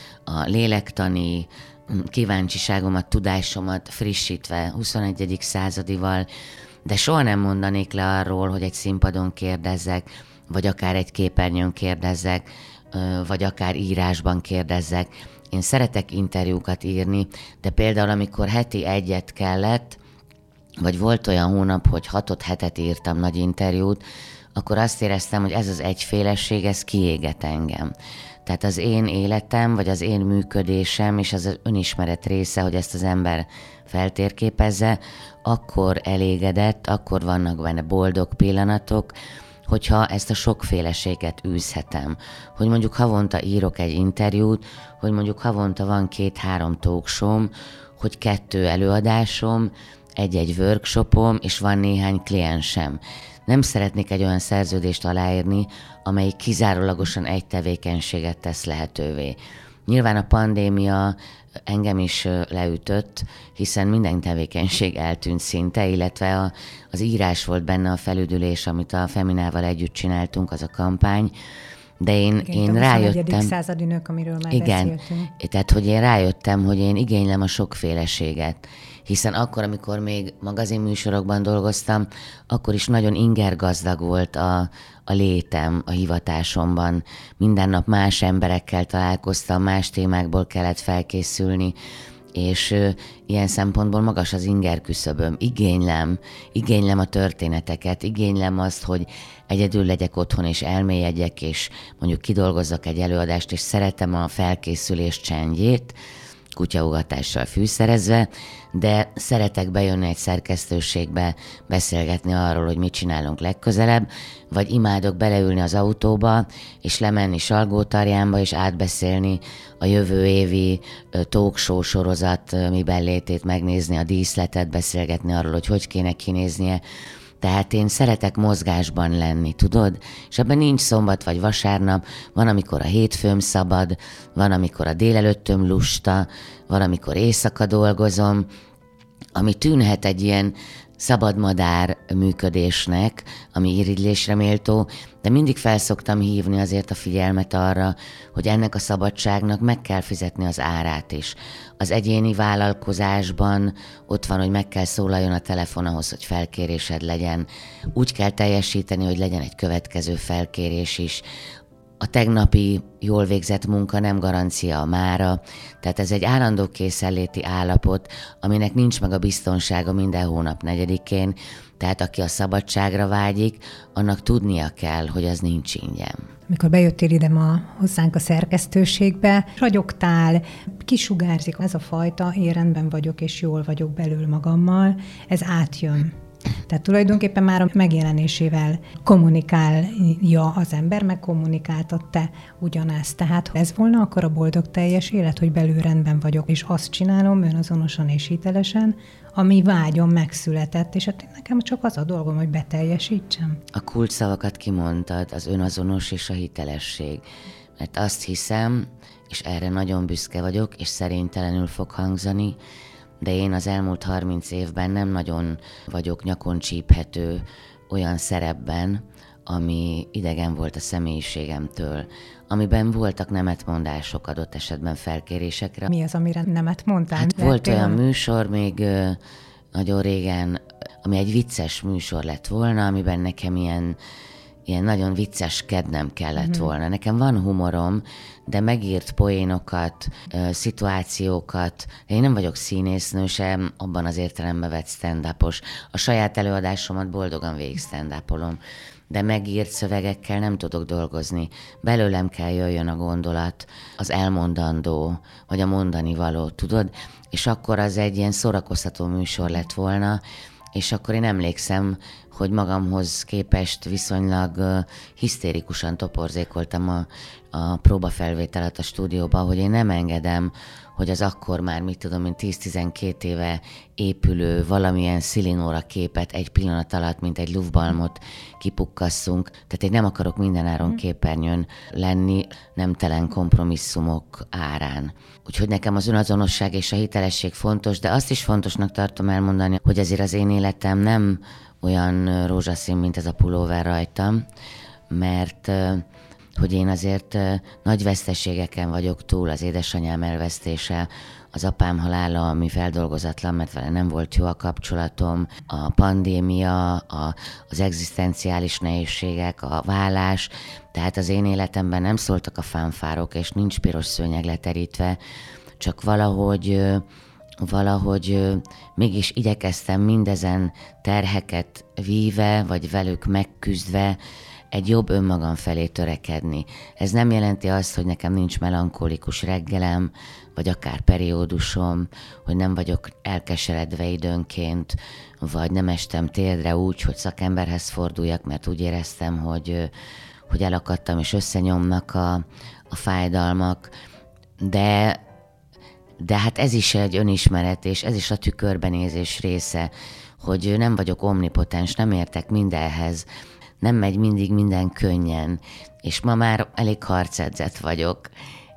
a lélektani kíváncsiságomat, tudásomat frissítve 21. századival, de soha nem mondanék le arról, hogy egy színpadon kérdezzek, vagy akár egy képernyőn kérdezzek, vagy akár írásban kérdezzek. Én szeretek interjúkat írni, de például amikor heti egyet kellett, vagy volt olyan hónap, hogy 6-7 írtam nagy interjút, akkor azt éreztem, hogy ez az egyféleség, ez kiéget engem. Tehát az én életem, vagy az én működésem, és az önismeret része, hogy ezt az ember feltérképezze, akkor elégedett, akkor vannak benne boldog pillanatok, hogyha ezt a sokféleséget űzhetem. Hogy mondjuk havonta írok egy interjút, hogy mondjuk havonta van 2-3 talkshowm, hogy 2 előadásom, egy workshopom, és van néhány kliensem. Nem szeretnék egy olyan szerződést aláírni, amelyik kizárólagosan egy tevékenységet tesz lehetővé. Nyilván a pandémia engem is leütött, hiszen minden tevékenység eltűnt szinte, illetve az írás volt benne a felüdülés, amit a Feminával együtt csináltunk, az a kampány, de én rájöttem... A századi nők, amiről már beszéltünk. Tehát, hogy én rájöttem, hogy én igénylem a sokféleséget, hiszen akkor, amikor még magazinműsorokban dolgoztam, akkor is nagyon ingergazdag volt a létem a hivatásomban. Minden nap más emberekkel találkoztam, más témákból kellett felkészülni, és ilyen szempontból magas az ingerküszöböm. Igénylem a történeteket, igénylem azt, hogy egyedül legyek otthon, és elmélyedjek, és mondjuk kidolgozzak egy előadást, és szeretem a felkészülés csendjét, kutyaugatással fűszerezve, de szeretek bejönni egy szerkesztőségbe, beszélgetni arról, hogy mit csinálunk legközelebb, vagy imádok beleülni az autóba, és lemenni Salgótarjánba, és átbeszélni a jövő évi talkshow sorozat miben létét, megnézni a díszletet, beszélgetni arról, hogy kéne kinéznie. Tehát én szeretek mozgásban lenni, tudod? És ebben nincs szombat vagy vasárnap, van, amikor a hétfőm szabad, van, amikor a délelőttöm lusta, van, amikor éjszaka dolgozom, ami tűnhet egy ilyen szabadmadár működésnek, ami irigylésre méltó, de mindig felszoktam hívni azért a figyelmet arra, hogy ennek a szabadságnak meg kell fizetni az árát is. Az egyéni vállalkozásban ott van, hogy meg kell szólaljon a telefon ahhoz, hogy felkérésed legyen. Úgy kell teljesíteni, hogy legyen egy következő felkérés is. A tegnapi jól végzett munka nem garancia a mára, tehát ez egy állandó készenléti állapot, aminek nincs meg a biztonsága minden hónap 4-én, tehát aki a szabadságra vágyik, annak tudnia kell, hogy az nincs ingyen. Amikor bejöttél ide ma hozzánk a szerkesztőségbe, ragyogtál, kisugárzik ez a fajta, én rendben vagyok és jól vagyok belül magammal, ez átjön. Tehát tulajdonképpen már a megjelenésével kommunikálja az ember, meg kommunikáltad te ugyanezt. Tehát ez volna akkor a boldog teljes élet, hogy belül rendben vagyok, és azt csinálom önazonosan és hitelesen, ami vágyom megszületett, és hát nekem csak az a dolgom, hogy beteljesítsem. A kulcsszavakat kimondtad, az önazonos és a hitelesség. Mert azt hiszem, és erre nagyon büszke vagyok, és szerénytelenül fog hangzani, de én az elmúlt 30 évben nem nagyon vagyok nyakon csíphető olyan szerepben, ami idegen volt a személyiségemtől, amiben voltak nemetmondások adott esetben felkérésekre. Mi az, amire nemet mondtál? Hát volt olyan műsor még nagyon régen, ami egy vicces műsor lett volna, amiben nekem ilyen nagyon vicceskednem kellett volna. Nekem van humorom, de megírt poénokat, szituációkat, én nem vagyok színésznő sem, abban az értelemben vett stand-upos. A saját előadásomat boldogan végig stand-upolom, de megírt szövegekkel nem tudok dolgozni. Belőlem kell jöjjön a gondolat, az elmondandó, vagy a mondani való, tudod? És akkor az egy ilyen szórakoztató műsor lett volna, és akkor én emlékszem, hogy magamhoz képest viszonylag hisztérikusan toporzékoltam a próbafelvétel alatt a stúdióban, hogy én nem engedem, hogy az akkor már, 10-12 éve épülő valamilyen Szilinóra képet egy pillanat alatt, mint egy lufbalmot kipukkasszunk. Tehát én nem akarok mindenáron képernyőn lenni, nemtelen kompromisszumok árán. Úgyhogy nekem az önazonosság és a hitelesség fontos, de azt is fontosnak tartom elmondani, hogy azért az én életem nem olyan rózsaszín, mint ez a pulóver rajtam, mert hogy én azért nagy veszteségeken vagyok túl, az édesanyám elvesztése, az apám halála, ami feldolgozatlan, mert vele nem volt jó a kapcsolatom, a pandémia, az egzisztenciális nehézségek, a vállás, tehát az én életemben nem szóltak a fanfárok, és nincs piros szőnyeg leterítve, csak valahogy mégis igyekeztem mindezen terheket víve, vagy velük megküzdve egy jobb önmagam felé törekedni. Ez nem jelenti azt, hogy nekem nincs melankolikus reggelem, vagy akár periódusom, hogy nem vagyok elkeseredve időnként, vagy nem estem térdre úgy, hogy szakemberhez forduljak, mert úgy éreztem, hogy elakadtam és összenyomnak a fájdalmak, de hát ez is egy önismeret, és ez is a tükörbenézés része, hogy nem vagyok omnipotens, nem értek mindenhez, nem megy mindig minden könnyen, és ma már elég harcedzett vagyok,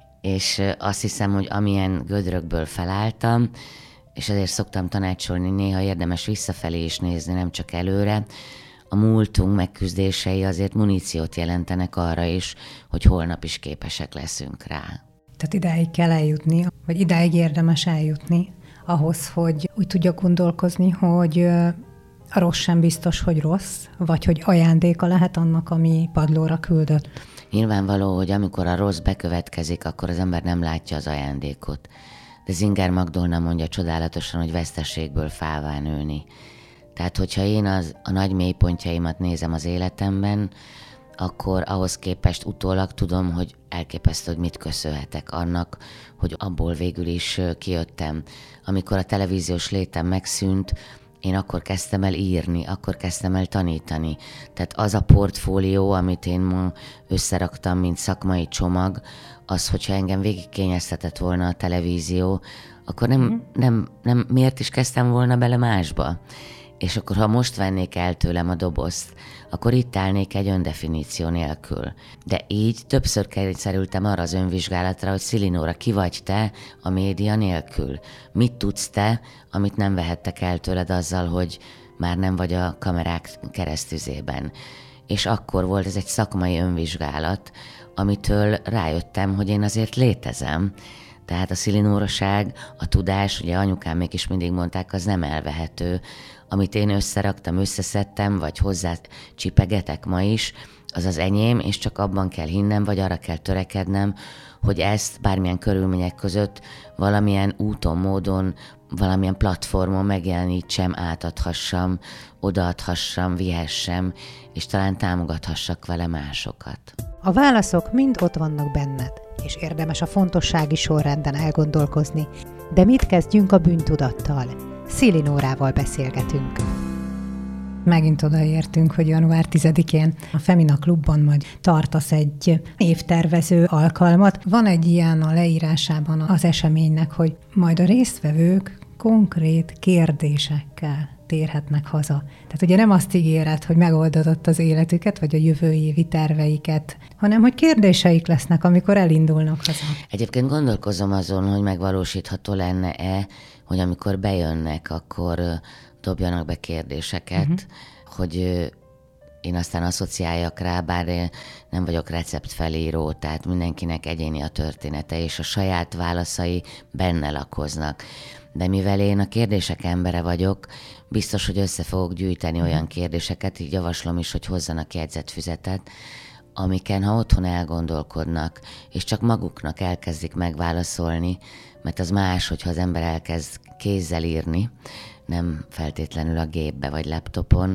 és azt hiszem, hogy amilyen gödrökből felálltam, és ezért szoktam tanácsolni, néha érdemes visszafelé is nézni, nem csak előre, a múltunk megküzdései azért muníciót jelentenek arra is, hogy holnap is képesek leszünk rá. Tehát idáig kell eljutni, vagy idáig érdemes eljutni ahhoz, hogy úgy tudjak gondolkozni, hogy a rossz sem biztos, hogy rossz, vagy hogy ajándéka lehet annak, ami padlóra küldött. Nyilvánvaló, hogy amikor a rossz bekövetkezik, akkor az ember nem látja az ajándékot. De Zinger Magdolna mondja csodálatosan, hogy veszteségből fává nőni. Tehát, hogyha én a nagy mélypontjaimat nézem az életemben, akkor ahhoz képest utólag tudom, hogy elképesztő, hogy mit köszönhetek annak, hogy abból végül is kijöttem. Amikor a televíziós létem megszűnt, én akkor kezdtem el írni, akkor kezdtem el tanítani. Tehát az a portfólió, amit én ma összeraktam, mint szakmai csomag, az, hogyha engem végigkényeztetett volna a televízió, akkor nem miért is kezdtem volna bele másba. És akkor, ha most vennék el tőlem a dobozt, akkor itt állnék egy öndefiníció nélkül. De így többször kényszerültem arra az önvizsgálatra, hogy Szilinóra, ki vagy te a média nélkül? Mit tudsz te, amit nem vehettek el tőled azzal, hogy már nem vagy a kamerák keresztüzében? És akkor volt ez egy szakmai önvizsgálat, amitől rájöttem, hogy én azért létezem. Tehát a szilinóraság, a tudás, ugye anyukámék is mindig mondták, az nem elvehető. Amit én összeraktam, összeszedtem, vagy hozzá csipegetek ma is, az az enyém, és csak abban kell hinnem, vagy arra kell törekednem, hogy ezt bármilyen körülmények között valamilyen úton, módon, valamilyen platformon megjelenítsem, átadhassam, odaadhassam, vihessem, és talán támogathassak vele másokat. A válaszok mind ott vannak benned, és érdemes a fontossági sorrenden elgondolkozni. De mit kezdjünk a bűntudattal? Szilinórával beszélgetünk. Megint odaértünk, hogy január 10-én a Femina Klubban majd tartasz egy évtervező alkalmat. Van egy ilyen a leírásában az eseménynek, hogy majd a résztvevők konkrét kérdésekkel térhetnek haza. Tehát ugye nem azt ígéred, hogy megoldod az életüket, vagy a jövő évi terveiket, hanem hogy kérdéseik lesznek, amikor elindulnak haza. Egyébként gondolkozom azon, hogy megvalósítható lenne-e, hogy amikor bejönnek, akkor dobjanak be kérdéseket, hogy én aztán asszociáljak rá, bár nem vagyok receptfelíró, tehát mindenkinek egyéni a története, és a saját válaszai benne lakoznak. De mivel én a kérdések embere vagyok, biztos, hogy össze fogok gyűjteni olyan kérdéseket, így javaslom is, hogy hozzanak jegyzetfüzetet, amiken, ha otthon elgondolkodnak, és csak maguknak elkezdik megválaszolni, mert az más, hogyha az ember elkezd kézzel írni, nem feltétlenül a gépbe vagy laptopon,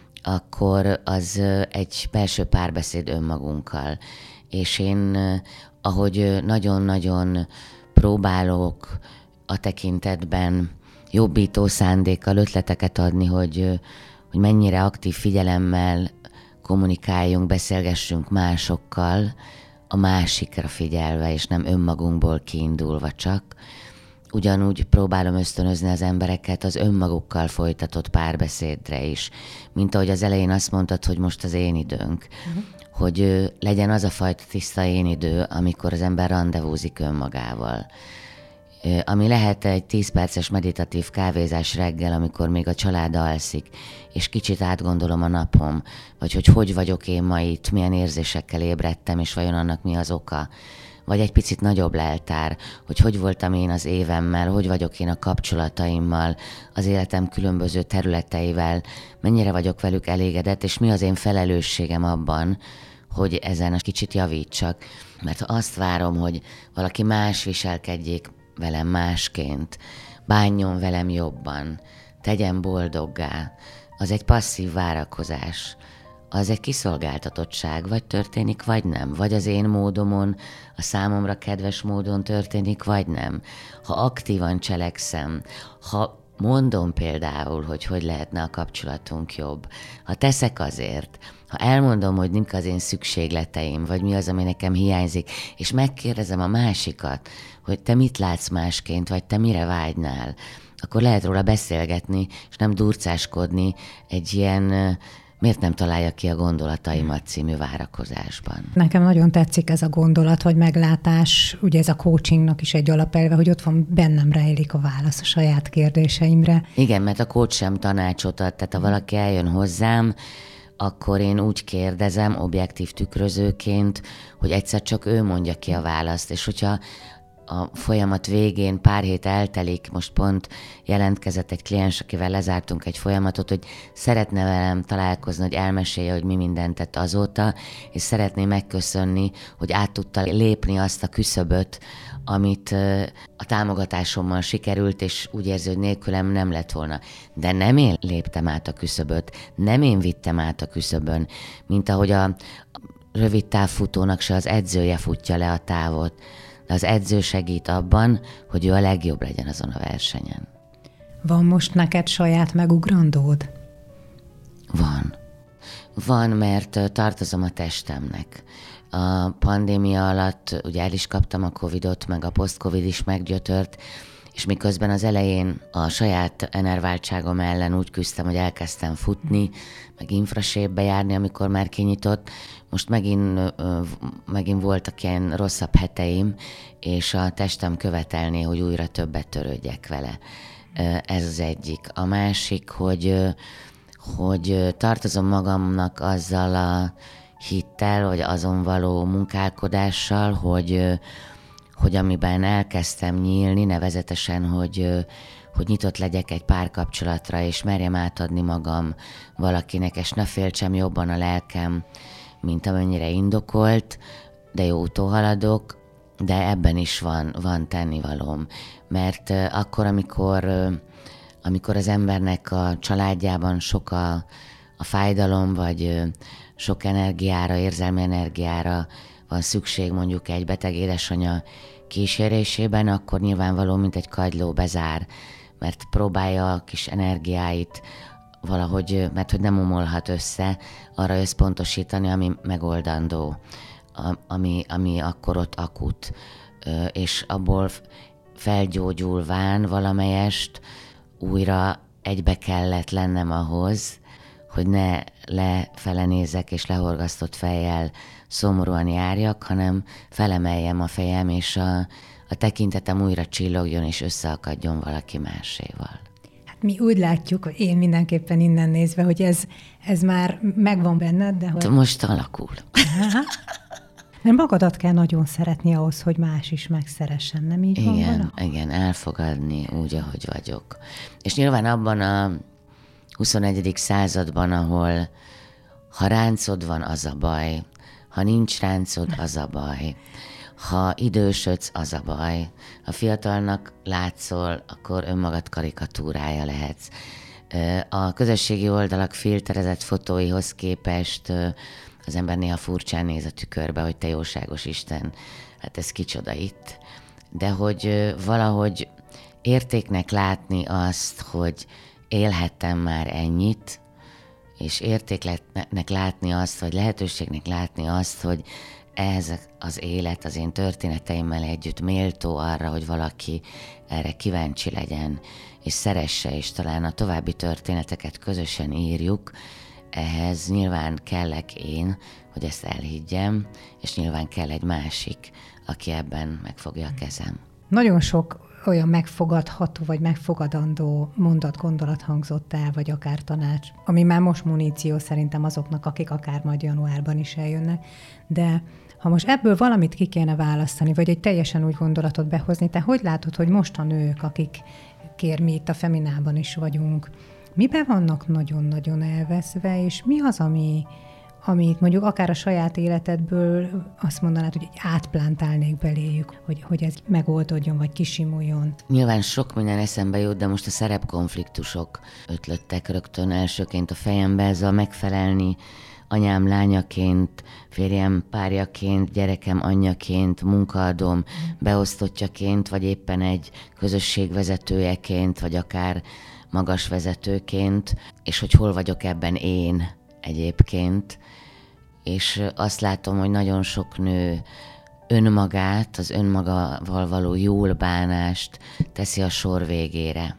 akkor az egy belső párbeszéd önmagunkkal. És én, ahogy nagyon-nagyon próbálok a tekintetben jobbító szándékkal ötleteket adni, hogy hogy mennyire aktív figyelemmel kommunikáljunk, beszélgessünk másokkal, a másikra figyelve, és nem önmagunkból kiindulva csak. Ugyanúgy próbálom ösztönözni az embereket az önmagukkal folytatott párbeszédre is. Mint ahogy az elején azt mondtad, hogy most az én időnk. Hogy legyen az a fajta tiszta én idő, amikor az ember randevúzik önmagával. Ami lehet egy 10 perces meditatív kávézás reggel, amikor még a család alszik, és kicsit átgondolom a napom, vagy hogy vagyok én ma itt, milyen érzésekkel ébredtem, és vajon annak mi az oka. Vagy egy picit nagyobb leltár, hogy voltam én az évemmel, hogy vagyok én a kapcsolataimmal, az életem különböző területeivel, mennyire vagyok velük elégedett, és mi az én felelősségem abban, hogy ezen a kicsit javítsak. Mert ha azt várom, hogy valaki más viselkedjék velem másként, bánjon velem jobban, tegyen boldoggá, az egy passzív várakozás. Az egy kiszolgáltatottság, vagy történik, vagy nem. Vagy az én módomon, a számomra kedves módon történik, vagy nem. Ha aktívan cselekszem, ha mondom például, hogy lehetne a kapcsolatunk jobb, ha teszek azért, ha elmondom, hogy mik az én szükségleteim, vagy mi az, ami nekem hiányzik, és megkérdezem a másikat, hogy te mit látsz másként, vagy te mire vágynál, akkor lehet róla beszélgetni, és nem durcáskodni egy ilyen miért nem találja ki a gondolataimat című várakozásban. Nekem nagyon tetszik ez a gondolat, vagy meglátás, ugye ez a coachingnak is egy alapelve, hogy ott van, bennem rejlik a válasz a saját kérdéseimre. Igen, mert a coach sem tanácsot ad, tehát ha valaki eljön hozzám, akkor én úgy kérdezem, objektív tükrözőként, hogy egyszer csak ő mondja ki a választ, és hogyha a folyamat végén pár hét eltelik, most pont jelentkezett egy kliens, akivel lezártunk egy folyamatot, hogy szeretne velem találkozni, hogy elmesélje, hogy mi mindent tett azóta, és szeretné megköszönni, hogy át tudta lépni azt a küszöböt, amit a támogatásommal sikerült, és úgy érzi, hogy nélkülem nem lett volna. De nem én léptem át a küszöböt, nem én vittem át a küszöbön, mint ahogy a rövid távfutónak se az edzője futja le a távot, de az edző segít abban, hogy ő a legjobb legyen azon a versenyen. Van most neked saját megugrandód? Van, mert tartozom a testemnek. A pandémia alatt ugye el is kaptam a Covidot, meg a post-Covid is meggyötört, és miközben az elején a saját enerváltságom ellen úgy küzdtem, hogy elkezdtem futni, meg infrasétbe járni, amikor már kinyitott, most megint voltak ilyen rosszabb heteim, és a testem követelné, hogy újra többet törődjek vele. Ez az egyik. A másik, hogy tartozom magamnak azzal a hittel, vagy azon való munkálkodással, hogy amiben elkezdtem nyílni, nevezetesen, hogy nyitott legyek egy párkapcsolatra, és merjem átadni magam valakinek, és ne féltsem jobban a lelkem, mint amennyire indokolt, de jó úton haladok, de ebben is van tennivalóm. Mert akkor, amikor az embernek a családjában sok a fájdalom, vagy sok energiára, érzelmi energiára van szükség mondjuk egy beteg édesanyja kísérésében, akkor nyilvánvaló, mint egy kagyló bezár, mert próbálja a kis energiáit valahogy, mert hogy nem omolhat össze, arra összpontosítani, ami megoldandó, ami akkor ott akut, és abból felgyógyulván valamelyest újra egybe kellett lennem ahhoz, hogy ne lefele nézzek és lehorgasztott fejjel szomorúan járjak, hanem felemeljem a fejem, és a tekintetem újra csillogjon és összeakadjon valaki máséval. Hát mi úgy látjuk, én mindenképpen innen nézve, hogy ez már megvan benned, de hogy... Most alakul. Mert magadat kell nagyon szeretni ahhoz, hogy más is megszeressen, nem így van valahogy? Igen, elfogadni úgy, ahogy vagyok. És nyilván abban a 21. században, ahol ha ráncod van, az a baj, ha nincs ráncod, az a baj, ha idősödsz, az a baj, ha fiatalnak látszol, akkor önmagad karikatúrája lehetsz. A közösségi oldalak filterezett fotóihoz képest az ember néha furcsán néz a tükörbe, hogy te jóságos Isten, hát ez kicsoda itt. De hogy valahogy értéknek látni azt, hogy élhettem már ennyit, és értéknek látni azt, vagy lehetőségnek látni azt, hogy ez az élet az én történeteimmel együtt méltó arra, hogy valaki erre kíváncsi legyen, és szeresse, és talán a további történeteket közösen írjuk, ehhez nyilván kellek én, hogy ezt elhiggyem, és nyilván kell egy másik, aki ebben megfogja a kezem. Nagyon sok olyan megfogadható, vagy megfogadandó mondat, gondolat hangzott el, vagy akár tanács, ami már most muníció szerintem azoknak, akik akár majd januárban is eljönnek, de ha most ebből valamit ki kéne választani, vagy egy teljesen új gondolatot behozni, te hogy látod, hogy most a nők, akik mi itt a Feminában is vagyunk, miben vannak nagyon-nagyon elveszve, és mi az, amit mondjuk akár a saját életedből azt mondanád, hogy átplántálnék beléjük, hogy ez megoldódjon, vagy kisimuljon? Nyilván sok minden eszembe jut, de most a szerepkonfliktusok ötlöttek rögtön elsőként a fejembe, ez a megfelelni anyám lányaként, férjem párjaként, gyerekem anyjaként, munkaadóm beosztottjaként, vagy éppen egy közösség vezetőjeként, vagy akár magas vezetőként, és hogy hol vagyok ebben én egyébként. És azt látom, hogy nagyon sok nő önmagát, az önmagával való jól bánást teszi a sor végére.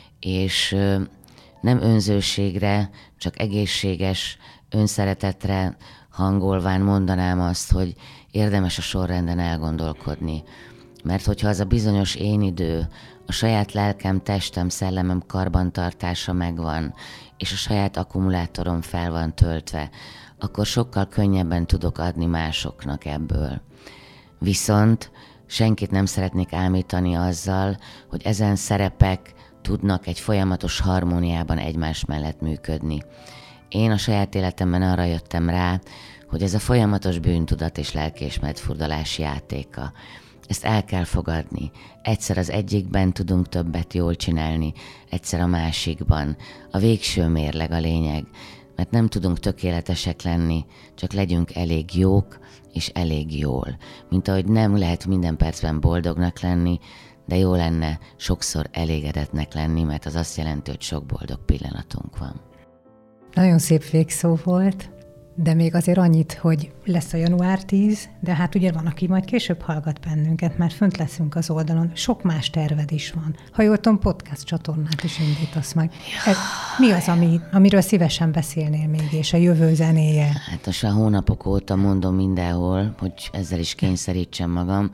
És nem önzőségre, csak egészséges önszeretetre hangolván mondanám azt, hogy érdemes a sorrenden elgondolkodni. Mert hogyha az a bizonyos én idő, a saját lelkem, testem, szellemem karbantartása megvan, és a saját akkumulátorom fel van töltve, akkor sokkal könnyebben tudok adni másoknak ebből. Viszont senkit nem szeretnék ámítani azzal, hogy ezen szerepek tudnak egy folyamatos harmóniában egymás mellett működni. Én a saját életemben arra jöttem rá, hogy ez a folyamatos bűntudat és lelkiismeretfurdalás játéka. Ezt el kell fogadni. Egyszer az egyikben tudunk többet jól csinálni, egyszer a másikban. A végső mérleg a lényeg, mert nem tudunk tökéletesek lenni, csak legyünk elég jók és elég jól. Mint ahogy nem lehet minden percben boldognak lenni, de jó lenne sokszor elégedetnek lenni, mert az azt jelenti, hogy sok boldog pillanatunk van. Nagyon szép végszó volt, de még azért annyit, hogy lesz a január 10, de hát ugye van, aki majd később hallgat bennünket, mert fönt leszünk az oldalon. Sok más terved is van. Ha jól tudom, podcast csatornát is indítasz majd. Mi az, amiről szívesen beszélnél még, és a jövő zenéje? Hát most a hónapok óta mondom mindenhol, hogy ezzel is kényszerítsem magam.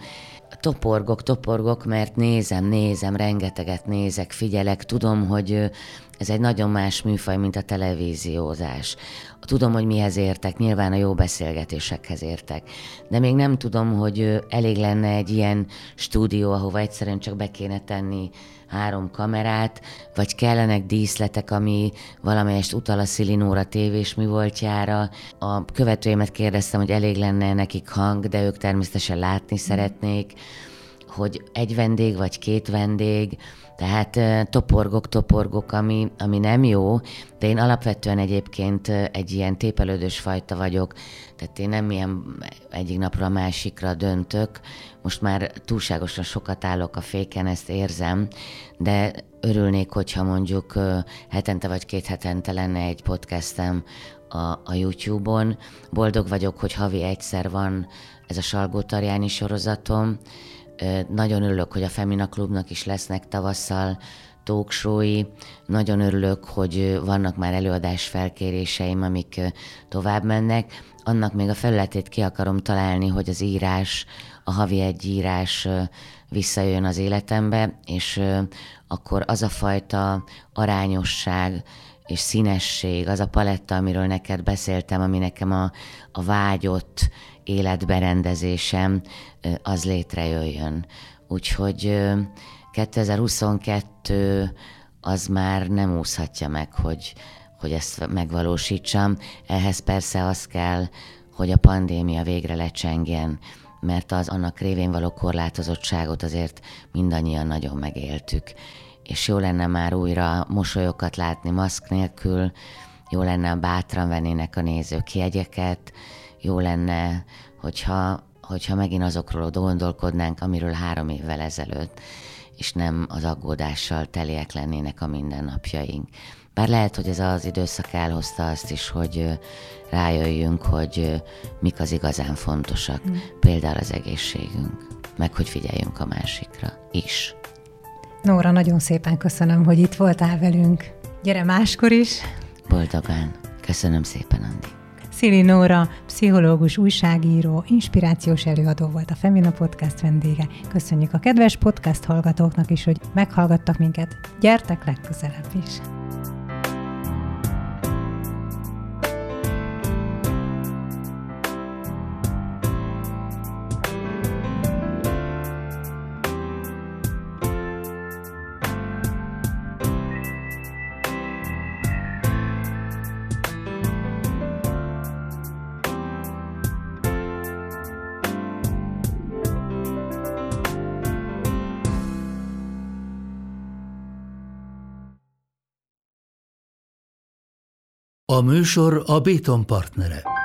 Toporgok, mert nézem, rengeteget nézek, figyelek, tudom, hogy ez egy nagyon más műfaj, mint a televíziózás. Tudom, hogy mihez értek, nyilván a jó beszélgetésekhez értek, de még nem tudom, hogy elég lenne egy ilyen stúdió, ahova egyszerűen csak be kéne tenni 3 kamerát, vagy kellenek díszletek, ami valamelyest utal a Szilinóra tévés művoltjára. A követőimet kérdeztem, hogy elég lenne nekik hang, de ők természetesen látni szeretnék, hogy 1 vendég vagy 2 vendég, tehát toporgok, ami nem jó, de én alapvetően egyébként egy ilyen tépelődős fajta vagyok, tehát én nem ilyen egyik napra a másikra döntök, most már túlságosan sokat állok a féken, ezt érzem, de örülnék, hogyha mondjuk hetente vagy 2 hetente lenne egy podcastem a YouTube-on. Boldog vagyok, hogy havi egyszer van ez a Salgótarjányi sorozatom. Nagyon örülök, hogy a Femina Klubnak is lesznek tavasszal talkshowi. Nagyon örülök, hogy vannak már előadás felkéréseim, amik tovább mennek. Annak még a felületét ki akarom találni, hogy az írás, a havi 1 írás visszajön az életembe, és akkor az a fajta arányosság és színesség, az a paletta, amiről neked beszéltem, ami nekem a vágyott életberendezésem, az létrejöjjön. Úgyhogy 2022 az már nem úszhatja meg, hogy ezt megvalósítsam. Ehhez persze az kell, hogy a pandémia végre lecsengjen, mert az annak révén való korlátozottságot azért mindannyian nagyon megéltük. És jó lenne már újra mosolyokat látni maszk nélkül, jó lenne, bátran vennének a nézők jegyeket, jó lenne, hogyha megint azokról gondolkodnánk, amiről 3 évvel ezelőtt, és nem az aggódással teliek lennének a mindennapjaink. Bár lehet, hogy ez az időszak elhozta azt is, hogy rájöjjünk, hogy mik az igazán fontosak. Például az egészségünk, meg hogy figyeljünk a másikra is. Nóra, nagyon szépen köszönöm, hogy itt voltál velünk. Gyere máskor is. Boldogan. Köszönöm szépen, Andi. Szili Nóra, pszichológus, újságíró, inspirációs előadó volt a Femina Podcast vendége. Köszönjük a kedves podcast hallgatóknak is, hogy meghallgattak minket. Gyertek legközelebb is! A műsor a Béton partnere.